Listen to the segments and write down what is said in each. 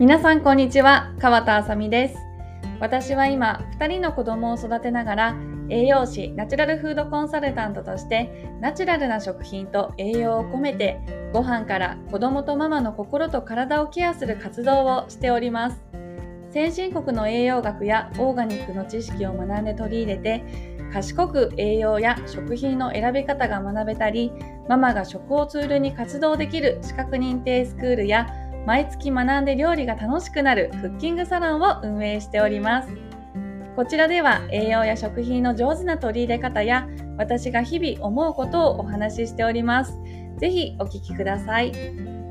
皆さんこんにちは、川田あさみです。私は今2人の子供を育てながら栄養士、ナチュラルフードコンサルタントとしてナチュラルな食品と栄養を込めてご飯から子供とママの心と体をケアする活動をしております。先進国の栄養学やオーガニックの知識を学んで取り入れて賢く栄養や食品の選び方が学べたり、ママが食をツールに活動できる資格認定スクールや毎月学んで料理が楽しくなるクッキングサロンを運営しております。こちらでは栄養や食品の上手な取り入れ方や私が日々思うことをお話ししております。ぜひお聞きください。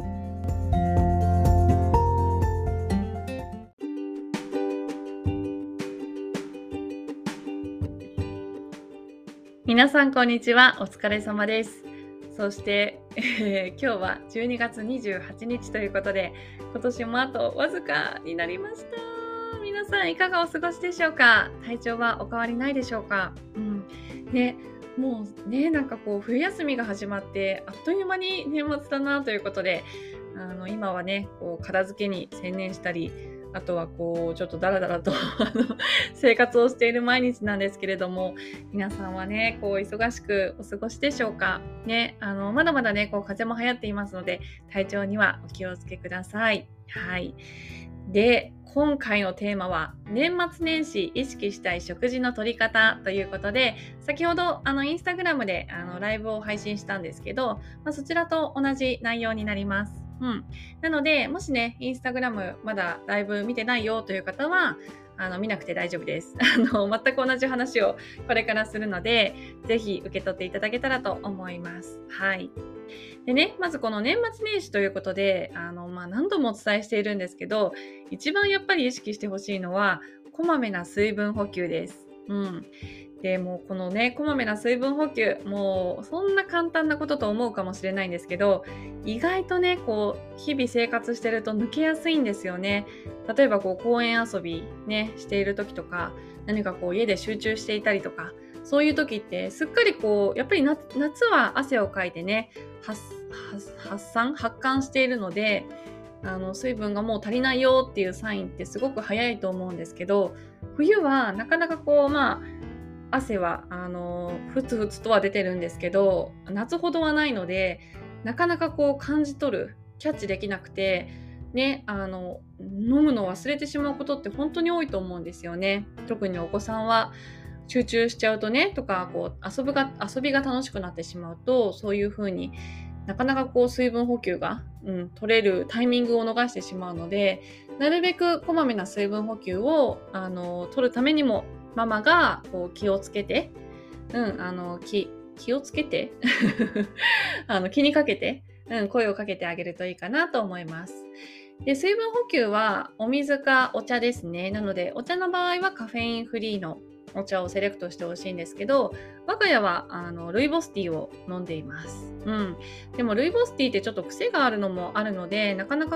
皆さんこんにちは、お疲れ様です。そして、今日は12月28日ということで、今年もあとわずかになりました。皆さんいかがお過ごしでしょうか？体調はお変わりないでしょうか？もうね、なんか冬休みが始まってあっという間に年末だなということで、今はね、片付けに専念したり、あとはちょっとダラダラと生活をしている毎日なんですけれども、皆さんはね、忙しくお過ごしでしょうかね。まだまだね、風邪も流行っていますので、体調にはお気をつけください。はい。で、今回のテーマは年末年始意識したい食事の取り方ということで、先ほどインスタグラムでライブを配信したんですけど、そちらと同じ内容になります。なので、もしね、インスタグラムまだライブ見てないよという方は、見なくて大丈夫です。全く同じ話をこれからするので、ぜひ受け取っていただけたらと思います。はい。でね、まずこの年末年始ということで、何度もお伝えしているんですけど、一番やっぱり意識してほしいのは、こまめな水分補給です。で、もうこのね、こまめな水分補給、もうそんな簡単なことと思うかもしれないんですけど、意外とね、日々生活してると抜けやすいんですよね。例えば公園遊びね、している時とか、何か家で集中していたりとか、そういう時ってすっかりやっぱり夏は汗をかいてね、発汗しているので、水分がもう足りないよっていうサインってすごく早いと思うんですけど、冬はなかなか汗はふつふつとは出てるんですけど、夏ほどはないので、なかなか感じ取る、キャッチできなくて、ね、飲むのを忘れてしまうことって本当に多いと思うんですよね。特にお子さんは集中しちゃうとね、とか遊びが楽しくなってしまうと、そういう風になかなか水分補給が、取れるタイミングを逃してしまうので、なるべくこまめな水分補給を取るためにもママが気をつけて、気をつけて気にかけて、声をかけてあげるといいかなと思います。で、水分補給はお水かお茶ですね。なので、お茶の場合はカフェインフリーのお茶をセレクトしてほしいんですけど、我が家はルイボスティーを飲んでいます。でもルイボスティーってちょっと癖があるのもあるので、なかなか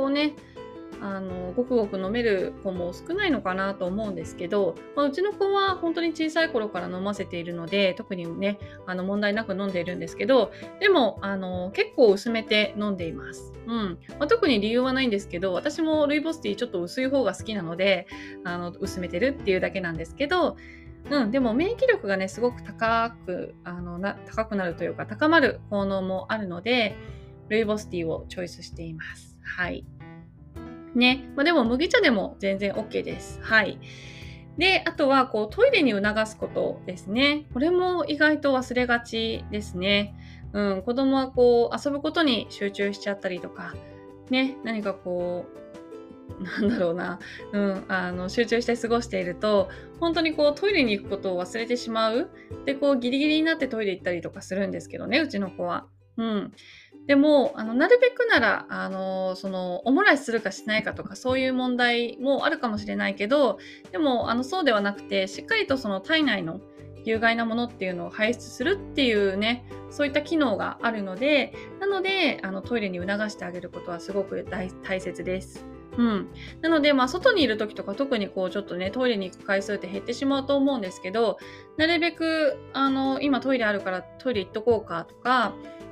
ごくごく飲める子も少ないのかなと思うんですけど、うちの子は本当に小さい頃から飲ませているので、特にね、問題なく飲んでいるんですけど、でも結構薄めて飲んでいます。特に理由はないんですけど、私もルイボスティーちょっと薄い方が好きなので、薄めてるっていうだけなんですけど、でも免疫力がね、すごく高くなるというか、高まる効能もあるので、ルイボスティーをチョイスしています。はい。ね。でも麦茶でも全然 OK です。はい。で、あとはトイレに促すことですね。これも意外と忘れがちですね。子供は遊ぶことに集中しちゃったりとか、ね、何か集中して過ごしていると、本当にトイレに行くことを忘れてしまう。で、ギリギリになってトイレ行ったりとかするんですけどね、うちの子は。でも、なるべくなら、おもらしするかしないかとか、そういう問題もあるかもしれないけど、でも、そうではなくて、しっかりと体内の有害なものっていうのを排出するっていうね、そういった機能があるので、なので、トイレに促してあげることはすごく大切です。なので、外にいる時とか特にちょっとね、トイレに行く回数って減ってしまうと思うんですけど、なるべく、今トイレあるからトイレ行っとこうかとか、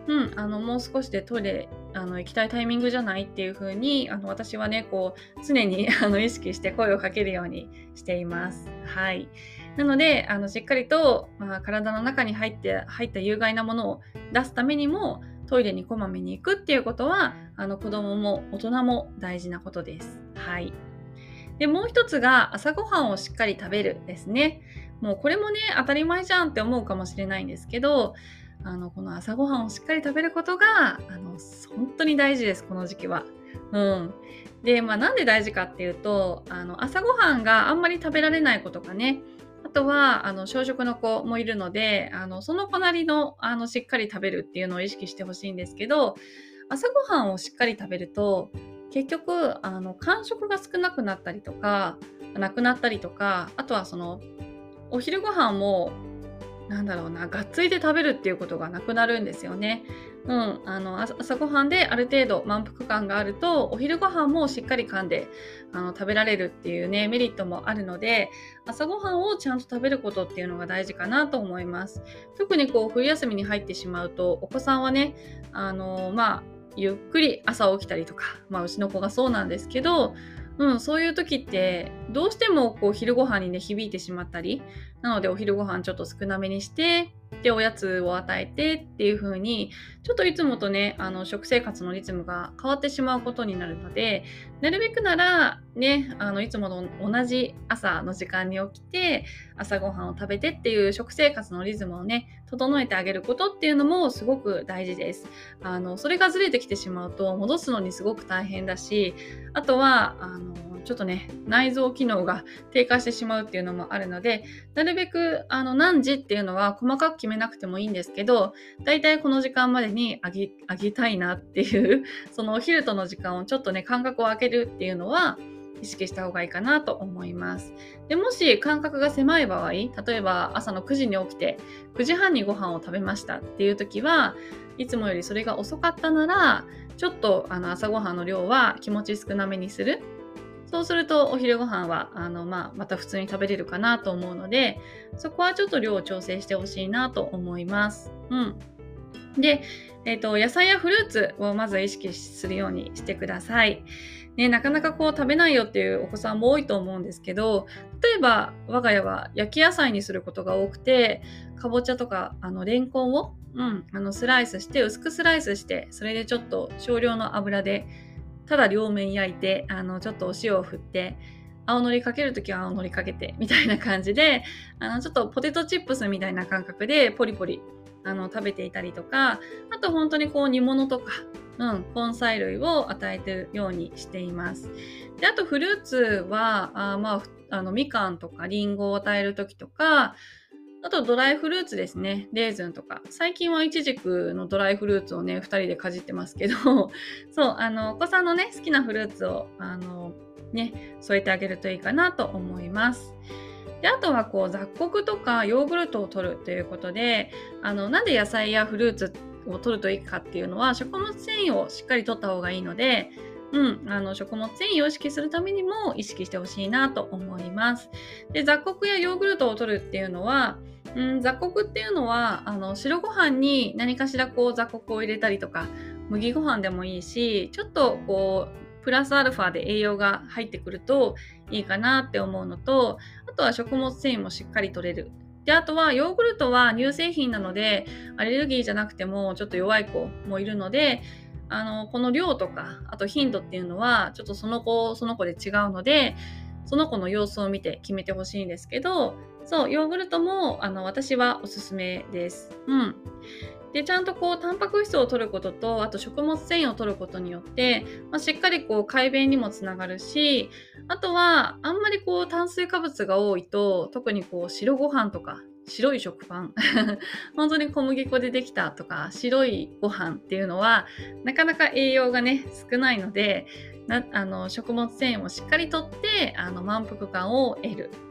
もう少しでトイレ行きたいタイミングじゃないっていう風に私はねこう常に意識して声をかけるようにしています。はい。なのでしっかりと、体の中に入った有害なものを出すためにもトイレにこまめに行くっていうことは子供も大人も大事なことです。はい。でもう一つが朝ごはんをしっかり食べるですね。もうこれもね当たり前じゃんって思うかもしれないんですけど、この朝ごはんをしっかり食べることが本当に大事です、この時期は。で、なんで大事かっていうと朝ごはんがあんまり食べられない子とかね、あとは小食の子もいるのでその子なりのしっかり食べるっていうのを意識してほしいんですけど、朝ごはんをしっかり食べると結局間食が少なくなったりとかなくなったりとか、あとはお昼ご飯もがっついて食べるっていうことがなくなるんですよね。朝ごはんである程度満腹感があると、お昼ご飯もしっかり噛んで食べられるっていうね、メリットもあるので、朝ごはんをちゃんと食べることっていうのが大事かなと思います。特に冬休みに入ってしまうと、お子さんはね、ゆっくり朝起きたりとか、うちの子がそうなんですけど、そういう時ってどうしても昼ご飯にね響いてしまったり、なのでお昼ご飯ちょっと少なめにして、でおやつを与えてっていう風にちょっといつもとね食生活のリズムが変わってしまうことになるので、なるべくならねいつもの同じ朝の時間に起きて朝ごはんを食べてっていう食生活のリズムをね整えてあげることっていうのもすごく大事です。それがずれてきてしまうと戻すのにすごく大変だし、あとはちょっとね内臓機能が低下してしまうっていうのもあるので、なるべく何時っていうのは細かく決めなくてもいいんですけど、だいたいこの時間までにあげたいなっていうそのお昼との時間をちょっとね間隔を空けるっていうのは意識した方がいいかなと思います。でもし間隔が狭い場合、例えば朝の9時に起きて9時半にご飯を食べましたっていう時は、いつもよりそれが遅かったならちょっと朝ごはんの量は気持ち少なめにする。そうするとお昼ご飯はまた普通に食べれるかなと思うので、そこはちょっと量を調整してほしいなと思います。で、野菜やフルーツをまず意識するようにしてください。ね、なかなか食べないよっていうお子さんも多いと思うんですけど、例えば我が家は焼き野菜にすることが多くて、かぼちゃとかレンコンを、スライスして薄くスライスして、それでちょっと少量の油でただ両面焼いてちょっとお塩を振って青のりかけるときは青のりかけてみたいな感じでちょっとポテトチップスみたいな感覚でポリポリ食べていたりとか、あと本当に煮物とか、根菜類を与えてるようにしています。で、あとフルーツはみかんとかりんごを与えるときとか、あとドライフルーツですね。レーズンとか。最近はイチジクのドライフルーツをね、2人でかじってますけど、そう、お子さんのね、好きなフルーツを、添えてあげるといいかなと思います。で、あとは雑穀とかヨーグルトを摂るということで、なんで野菜やフルーツを摂るといいかっていうのは、食物繊維をしっかり摂った方がいいので、食物繊維を意識するためにも意識してほしいなと思います。で、雑穀やヨーグルトを摂るっていうのは、雑穀っていうのは白ご飯に何かしら雑穀を入れたりとか、麦ご飯でもいいし、ちょっとプラスアルファで栄養が入ってくるといいかなって思うのと、あとは食物繊維もしっかり摂れる。で、あとはヨーグルトは乳製品なのでアレルギーじゃなくてもちょっと弱い子もいるので、この量とかあと頻度っていうのはちょっとその子で違うので、その子の様子を見て決めてほしいんですけど、そうヨーグルトも私はおすすめです。で、ちゃんとタンパク質を摂ることと、あと食物繊維を摂ることによって、しっかり快便にもつながるし、あとはあんまり炭水化物が多いと、特に白ご飯とか白い食パン本当に小麦粉でできたとか白いご飯っていうのはなかなか栄養がね少ないので、食物繊維をしっかりとって満腹感を得る。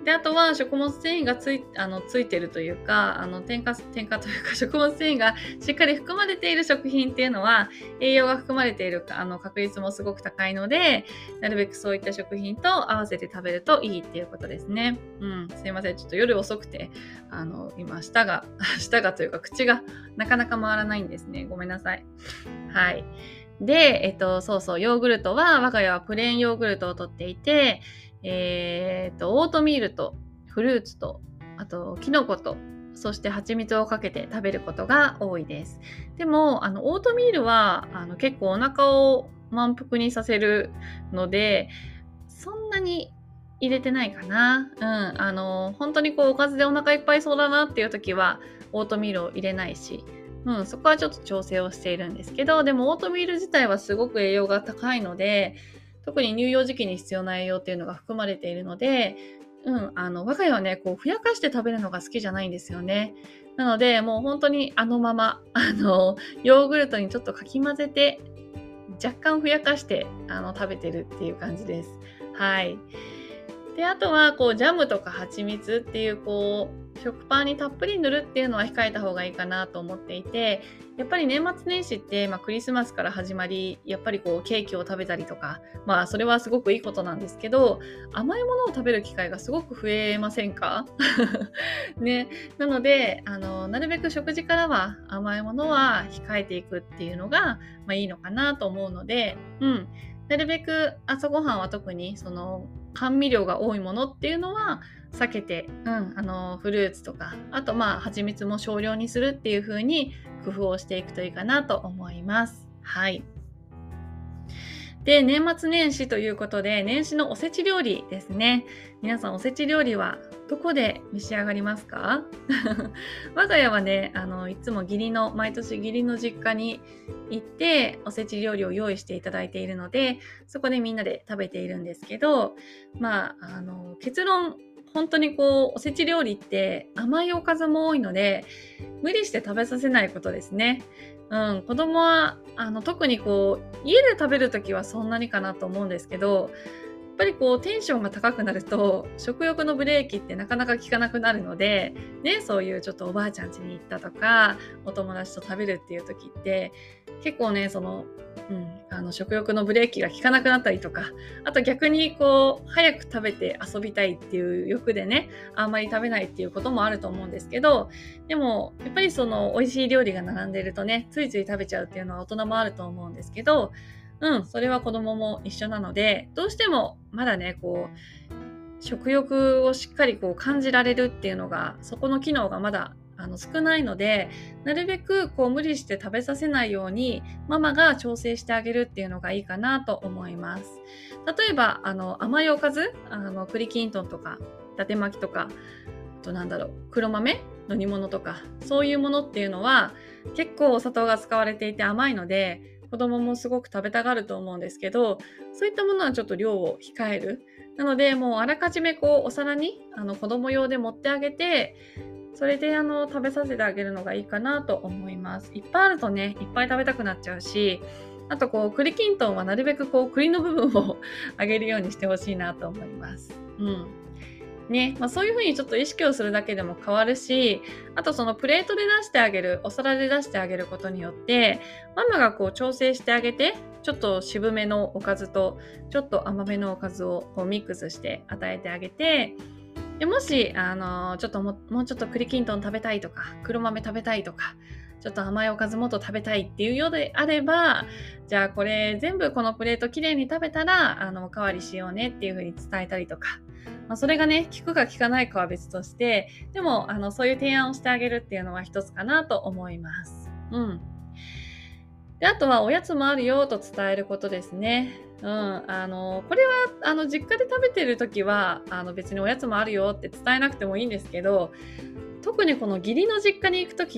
で、あとは食物繊維がついてるというか、添加というか食物繊維がしっかり含まれている食品っていうのは、栄養が含まれている確率もすごく高いので、なるべくそういった食品と合わせて食べるといいっていうことですね。すいません。ちょっと夜遅くて、今、舌がというか口がなかなか回らないんですね。ごめんなさい。はい。で、そうそう、ヨーグルトは、我が家はプレーンヨーグルトをとっていて、オートミールとフルーツと、あと、キノコと、そして蜂蜜をかけて食べることが多いです。でも、オートミールは、結構お腹を満腹にさせるので、そんなに入れてないかな。本当におかずでお腹いっぱいそうだなっていう時は、オートミールを入れないし、そこはちょっと調整をしているんですけど、でもオートミール自体はすごく栄養が高いので、特に乳幼児期に必要な栄養っていうのが含まれているので、我が家はね、ふやかして食べるのが好きじゃないんですよね。なので、もう本当にまま、ヨーグルトにちょっとかき混ぜて、若干ふやかして、食べてるっていう感じです。はい。で、あとは、ジャムとか蜂蜜っていう、食パンにたっぷり塗るっていうのは控えた方がいいかなと思っていて、やっぱり年末年始って、クリスマスから始まり、やっぱりケーキを食べたりとか、それはすごくいいことなんですけど、甘いものを食べる機会がすごく増えませんか？ね。なので、なるべく食事からは甘いものは控えていくっていうのが、いいのかなと思うので、なるべく朝ごはんは特に甘味料が多いものっていうのは避けて、フルーツとか、あと蜂蜜も少量にするっていう風に工夫をしていくといいかなと思います。はい。で、年末年始ということで、年始のおせち料理ですね。皆さんおせち料理はどこで召し上がりますか？我が家はね、いつも毎年義理の実家に行って、おせち料理を用意していただいているので、そこでみんなで食べているんですけど、結論、本当におせち料理って甘いおかずも多いので、無理して食べさせないことですね。子供は、特に家で食べるときはそんなにかなと思うんですけど、やっぱりテンションが高くなると、食欲のブレーキってなかなか効かなくなるので、ね、そういうちょっとおばあちゃん家に行ったとか、お友達と食べるっていう時って、結構ね、食欲のブレーキが効かなくなったりとか、あと逆に早く食べて遊びたいっていう欲でね、あんまり食べないっていうこともあると思うんですけど、でも、やっぱり美味しい料理が並んでいるとね、ついつい食べちゃうっていうのは大人もあると思うんですけど、それは子供も一緒なので、どうしてもまだね、食欲をしっかり感じられるっていうのが、そこの機能がまだ少ないので、なるべく無理して食べさせないようにママが調整してあげるっていうのがいいかなと思います。例えば甘いおかず、栗きんとんとか伊達巻きとか、あと黒豆の煮物とか、そういうものっていうのは結構お砂糖が使われていて甘いので、子供もすごく食べたがると思うんですけど、そういったものはちょっと量を控える。なので、もうあらかじめお皿に子供用で持ってあげて、それで食べさせてあげるのがいいかなと思います。いっぱいあるとね、いっぱい食べたくなっちゃうし、あと栗きんとんはなるべく栗の部分をあげるようにしてほしいなと思います。ね、そういう風にちょっと意識をするだけでも変わるし、あとプレートで出してあげる、お皿で出してあげることによって、ママが調整してあげて、ちょっと渋めのおかずと、ちょっと甘めのおかずをミックスして与えてあげて、でもし、ちょっともうちょっと栗きんとん食べたいとか、黒豆食べたいとか、ちょっと甘いおかずもっと食べたいっていうようであれば、じゃあこれ全部このプレートきれいに食べたら、おかわりしようねっていう風に伝えたりとか、それがね、効くか効かないかは別として、でも、そういう提案をしてあげるっていうのは一つかなと思います。で、あとはおやつもあるよと伝えることですね。これは、実家で食べてるときは、別におやつもあるよって伝えなくてもいいんですけど、特にこの義理の実家に行くときって、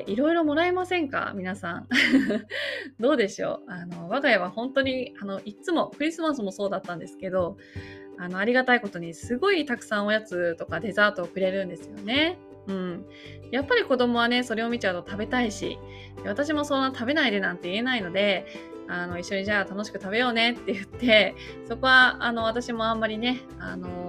いろいろもらえませんか？皆さん。どうでしょう？我が家は本当に、いつも、クリスマスもそうだったんですけど、ありがたいことにすごいたくさんおやつとかデザートをくれるんですよね。やっぱり子供はね、それを見ちゃうと食べたいし、私もそんな食べないでなんて言えないので、一緒にじゃあ楽しく食べようねって言って、そこは私もあんまりね、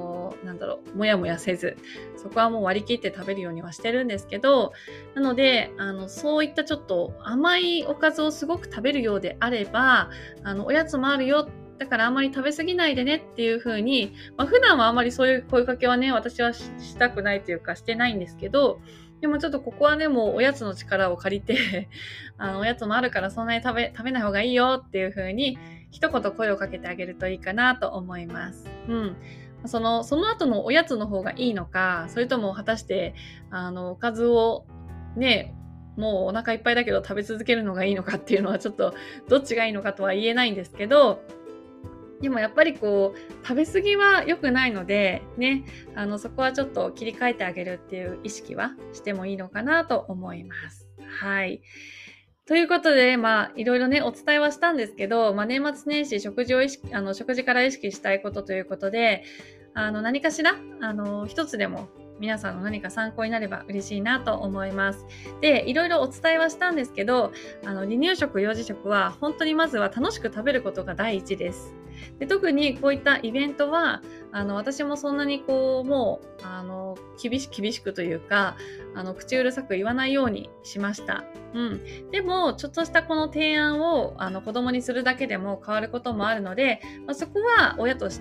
もやもやせず、そこはもう割り切って食べるようにはしてるんですけど、なので、そういったちょっと甘いおかずをすごく食べるようであれば、おやつもあるよ。だからあんまり食べ過ぎないでねっていう風に、普段はあんまりそういう声かけはね、私はしたくないというかしてないんですけど、でもちょっとここはね、もうおやつの力を借りておやつもあるからそんなに食べない方がいいよっていう風に、一言声をかけてあげるといいかなと思います。その後のおやつの方がいいのか、それとも果たして、おかずをね、もうお腹いっぱいだけど食べ続けるのがいいのかっていうのはちょっとどっちがいいのかとは言えないんですけど、でもやっぱり食べ過ぎは良くないので、ね、そこはちょっと切り替えてあげるっていう意識はしてもいいのかなと思います。はい。ということで、いろいろね、お伝えはしたんですけど、年末年始食事から意識したいことということで、何かしら、一つでも皆さんの何か参考になれば嬉しいなと思います。で、いろいろお伝えはしたんですけど、離乳食、幼児食は本当にまずは楽しく食べることが第一です。で、特にこういったイベントは、私もそんなにもう、厳しくというか、口うるさく言わないようにしました。でも、ちょっとしたこの提案を、子供にするだけでも変わることもあるので、そこは親として、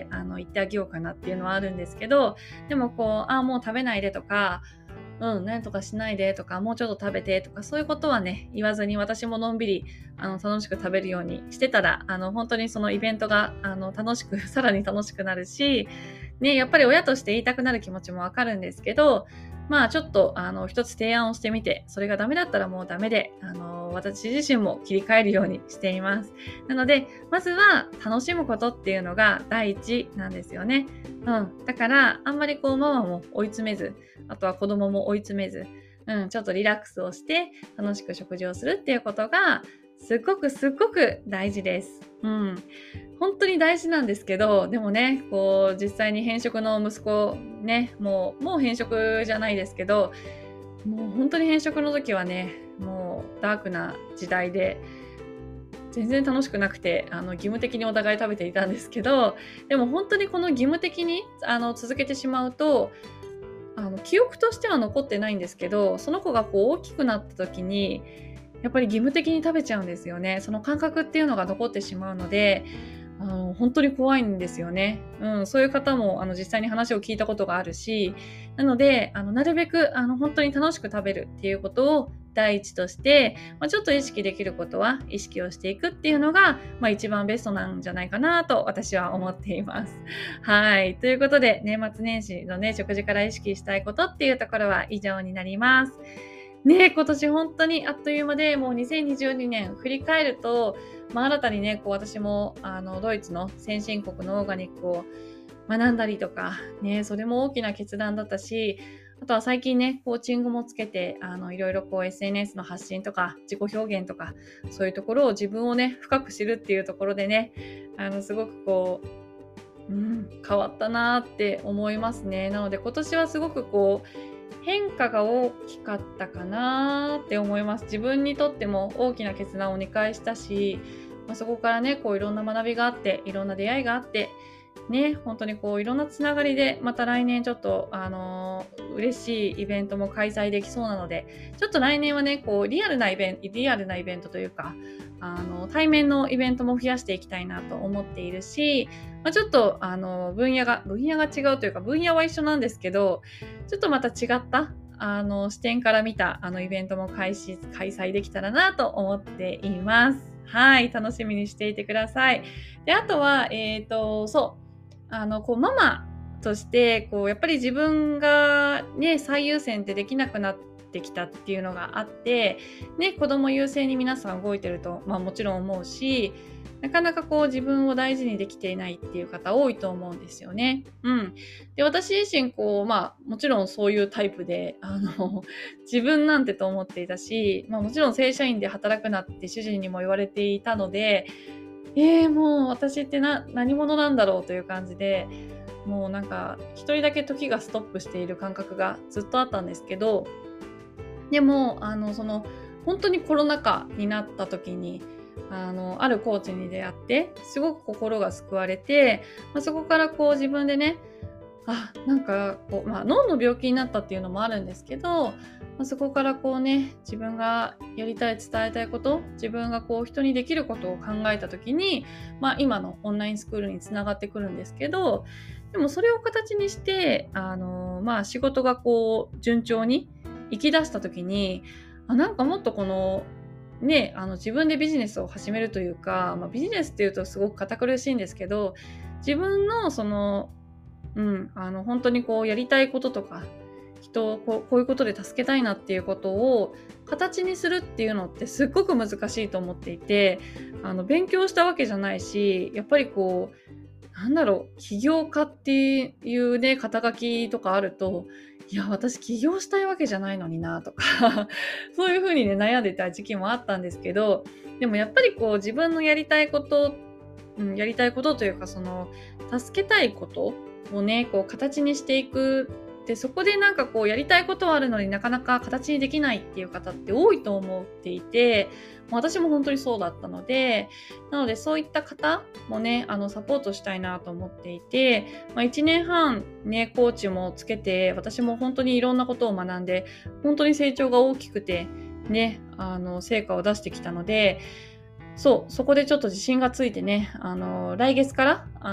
言ってあげようかなっていうのはあるんですけど、でももう食べないでとか、何とかしないでとか、もうちょっと食べてとか、そういうことはね、言わずに私ものんびり、楽しく食べるようにしてたら、本当にそのイベントが、さらに楽しくなるし、ね、やっぱり親として言いたくなる気持ちもわかるんですけど、ちょっと、一つ提案をしてみて、それがダメだったらもうダメで、私自身も切り替えるようにしています。なので、まずは楽しむことっていうのが第一なんですよね。だから、あんまりママも追い詰めず、あとは子供も追い詰めず、ちょっとリラックスをして楽しく食事をするっていうことが、すっごく大事です。本当に大事なんですけど、でもね、実際に偏食の息子ね、もう偏食じゃないですけど、もう本当に偏食の時はね、もうダークな時代で、全然楽しくなくて、義務的にお互い食べていたんですけど、でも本当にこの義務的に続けてしまうと、記憶としては残ってないんですけど、その子が大きくなった時に、やっぱり義務的に食べちゃうんですよね。その感覚っていうのが残ってしまうので、本当に怖いんですよね。そういう方も実際に話を聞いたことがあるし、なのでなるべく本当に楽しく食べるっていうことを第一として、ちょっと意識できることは意識をしていくっていうのが、一番ベストなんじゃないかなと私は思っています。はい。ということで、年末年始のね、食事から意識したいことっていうところは以上になります。ね、今年本当にあっという間で、もう2022年振り返ると、新たにね、私もドイツの先進国のオーガニックを学んだりとか、ね、それも大きな決断だったし、あとは最近ね、コーチングもつけて、いろいろSNS の発信とか、自己表現とか、そういうところを自分をね、深く知るっていうところでね、すごく変わったなーって思いますね。なので今年はすごく変化が大きかったかなーって思います。自分にとっても大きな決断を2回したし、そこからね、いろんな学びがあって、いろんな出会いがあって、ね、本当にいろんなつながりで、また来年ちょっと、嬉しいイベントも開催できそうなので、ちょっと来年はね、リアルなイベントというか、対面のイベントも増やしていきたいなと思っているし、ちょっと、分野が違うというか、分野は一緒なんですけど、ちょっとまた違った、視点から見た、イベントも開催できたらなと思っています。はい、楽しみにしていてください。で、あとは、ママとして、やっぱり自分がね、最優先ってできなくなってきたっていうのがあって、ね、子供優先に皆さん動いてると、もちろん思うし、なかなか自分を大事にできていないっていう方多いと思うんですよね。で、私自身もちろんそういうタイプで、自分なんてと思っていたし、もちろん正社員で働くなって主人にも言われていたので、もう私って何者なんだろうという感じで、もう一人だけ時がストップしている感覚がずっとあったんですけど、でも、本当にコロナ禍になった時に、あるコーチに出会って、すごく心が救われて、そこから自分でね、 なんかこう、脳の病気になったっていうのもあるんですけど、そこからこうね、自分がやりたい、伝えたいこと、自分がこう人にできることを考えた時に、今のオンラインスクールにつながってくるんですけど、でもそれを形にして、仕事がこう順調に行き出した時に、なんかもっとこのね、自分でビジネスを始めるというか、ビジネスっていうとすごく堅苦しいんですけど、自分のその本当にこうやりたいこととか、人をこういうことで助けたいなっていうことを形にするっていうのってすっごく難しいと思っていて、勉強したわけじゃないし、やっぱりこう、起業家っていうね、肩書きとかあると、いや、私起業したいわけじゃないのになとか、そういう風にね、悩んでた時期もあったんですけど、でもやっぱりこう自分のやりたいこと、やりたいことというか、その、助けたいことをね、こう形にしていく。で、そこでなんかこうやりたいことはあるのになかなか形にできないっていう方って多いと思っていて、私も本当にそうだったので、なのでそういった方もね、サポートしたいなと思っていて、1年半ね、コーチもつけて、私も本当にいろんなことを学んで、本当に成長が大きくて、ね、成果を出してきたので、そこでちょっと自信がついてね、来月から、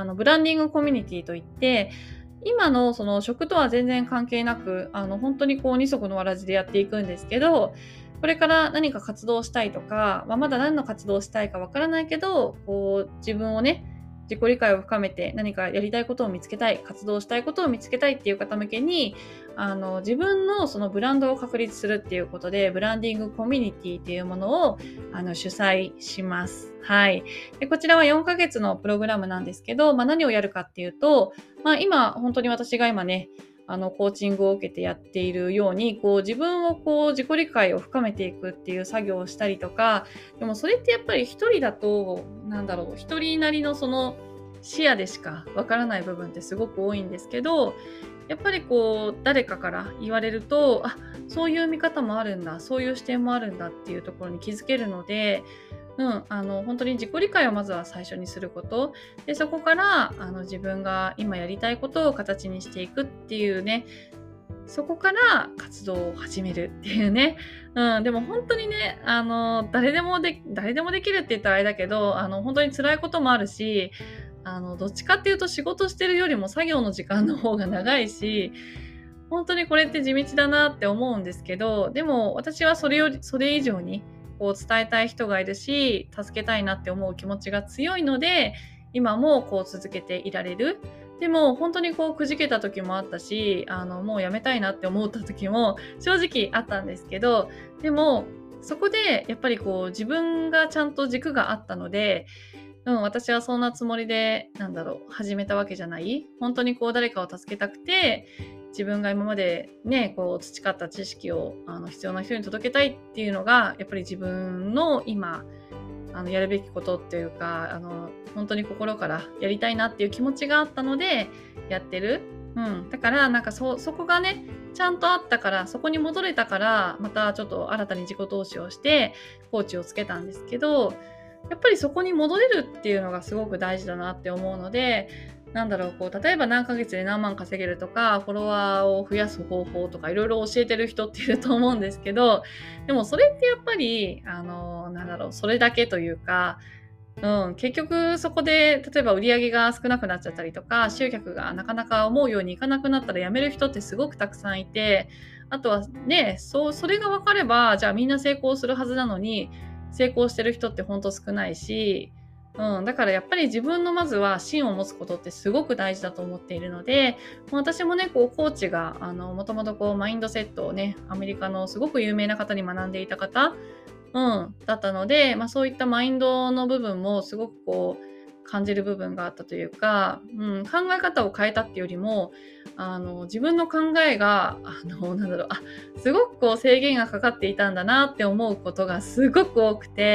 ブランディングコミュニティといって、今のその職とは全然関係なく、本当にこう二足のわらじでやっていくんですけど、これから何か活動したいとか、まだ何の活動をしたいかわからないけど、こう自分をね、自己理解を深めて何かやりたいことを見つけたい、活動したいことを見つけたいっていう方向けに、自分のそのブランドを確立するっていうことで、ブランディングコミュニティっていうものを主催します。はい。で、こちらは4ヶ月のプログラムなんですけど、何をやるかっていうと、今、本当に私が今ね、コーチングを受けてやっているように、こう自分をこう自己理解を深めていくっていう作業をしたりとか、でもそれってやっぱり一人だと、一人なりのその視野でしかわからない部分ってすごく多いんですけど、やっぱりこう誰かから言われると、そういう見方もあるんだ、そういう視点もあるんだっていうところに気づけるので、本当に自己理解をまずは最初にすること。で、そこから、自分が今やりたいことを形にしていくっていうね、そこから活動を始めるっていうね。でも本当にね、誰でもできるって言ったらあれだけど、本当に辛いこともあるし、どっちかっていうと仕事してるよりも作業の時間の方が長いし、本当にこれって地道だなって思うんですけど、でも私はそれ以上に、こう伝えたい人がいるし、助けたいなって思う気持ちが強いので、今もこう続けていられる。でも本当にこうくじけた時もあったし、もうやめたいなって思った時も正直あったんですけど、でもそこでやっぱりこう自分がちゃんと軸があったので、私はそんなつもりで、始めたわけじゃない。本当にこう誰かを助けたくて、自分が今までね、こう培った知識を必要な人に届けたいっていうのが、やっぱり自分の今、やるべきことっていうか、本当に心からやりたいなっていう気持ちがあったので、やってる。だからそこがね、ちゃんとあったから、そこに戻れたから、またちょっと新たに自己投資をして、コーチをつけたんですけど、やっぱりそこに戻れるっていうのがすごく大事だなって思うので、例えば何ヶ月で何万稼げるとか、フォロワーを増やす方法とかいろいろ教えてる人っていると思うんですけど、でもそれってやっぱり、それだけというか、結局そこで、例えば売り上げが少なくなっちゃったりとか、集客がなかなか思うようにいかなくなったら辞める人ってすごくたくさんいて、あとはね、それが分かれば、じゃあみんな成功するはずなのに、成功してる人ってほんと少ないし、だからやっぱり自分のまずは芯を持つことってすごく大事だと思っているので、私もね、こうコーチがもともとこうマインドセットをね、アメリカのすごく有名な方に学んでいた方、だったので、そういったマインドの部分もすごくこう感じる部分があったというか、考え方を変えたっていうよりも、自分の考えがすごくこう制限がかかっていたんだなって思うことがすごく多くて、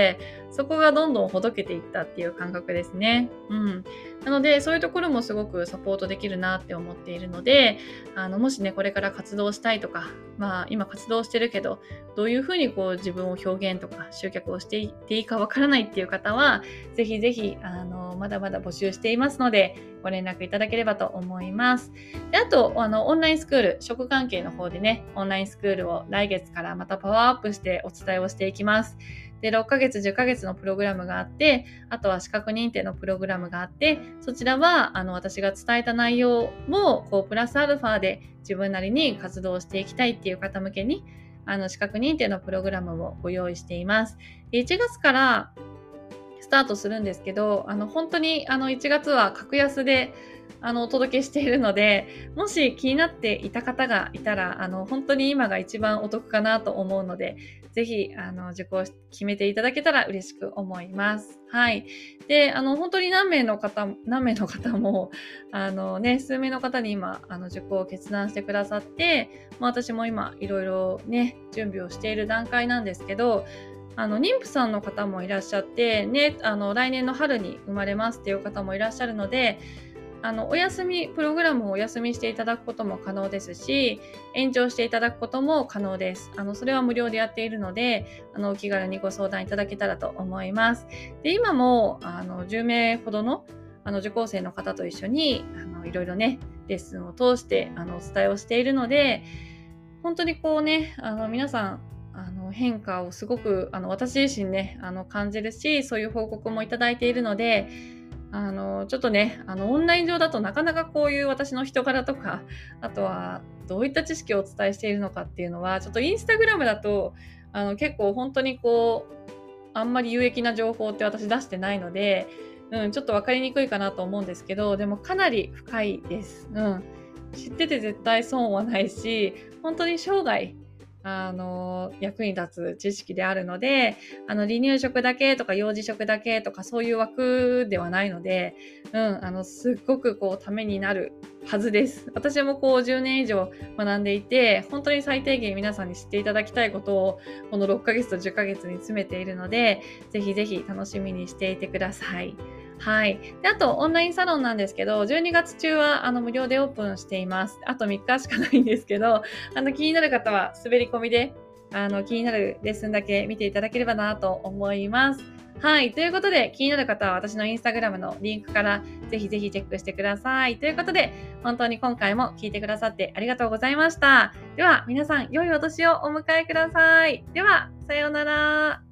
そこがどんどんほどけていったっていう感覚ですね。なので、そういうところもすごくサポートできるなって思っているので、もしね、これから活動したいとか、今活動してるけど、どういうふうにこう自分を表現とか集客をしていっていいかわからないっていう方は、ぜひぜひ、まだまだ募集していますので、ご連絡いただければと思います。で、あと、オンラインスクール、食関係の方でね、オンラインスクールを来月からまたパワーアップしてお伝えをしていきます。で、6ヶ月、10ヶ月のプログラムがあって、あとは資格認定のプログラムがあって、そちらは、私が伝えた内容も、こう、プラスアルファで自分なりに活動していきたいっていう方向けに、資格認定のプログラムをご用意しています。で、1月からスタートするんですけど、本当に、1月は格安で、お届けしているので、もし気になっていた方がいたら、本当に今が一番お得かなと思うので、ぜひ、受講決めていただけたら嬉しく思います。はい。で、本当に何名の方も、数名の方に今、受講を決断してくださって、私も今、いろいろね、準備をしている段階なんですけど、妊婦さんの方もいらっしゃって、ね、来年の春に生まれますっていう方もいらっしゃるので、プログラムをお休みしていただくことも可能ですし、延長していただくことも可能です。それは無料でやっているので、お気軽にご相談いただけたらと思います。で、今も、10名ほどの、受講生の方と一緒に、いろいろね、レッスンを通して、お伝えをしているので、本当にこうね、皆さん、変化をすごく、私自身ね、感じるし、そういう報告もいただいているので、ちょっとね、オンライン上だとなかなかこういう私の人柄とか、あとはどういった知識をお伝えしているのかっていうのは、ちょっとインスタグラムだと、結構本当にこう、あんまり有益な情報って私出してないので、ちょっとわかりにくいかなと思うんですけど、でもかなり深いです。知ってて絶対損はないし、本当に生涯、役に立つ知識であるので、離乳食だけとか幼児食だけとかそういう枠ではないので、すっごくこうためになるはずです。私もこう10年以上学んでいて、本当に最低限皆さんに知っていただきたいことをこの6ヶ月と10ヶ月に詰めているので、ぜひぜひ楽しみにしていてください。はい。で、あと、オンラインサロンなんですけど、12月中は、無料でオープンしています。あと3日しかないんですけど、気になる方は、滑り込みで、気になるレッスンだけ見ていただければなと思います。はい。ということで、気になる方は、私のインスタグラムのリンクから、ぜひぜひチェックしてください。ということで、本当に今回も聞いてくださってありがとうございました。では、皆さん、良いお年をお迎えください。では、さようなら。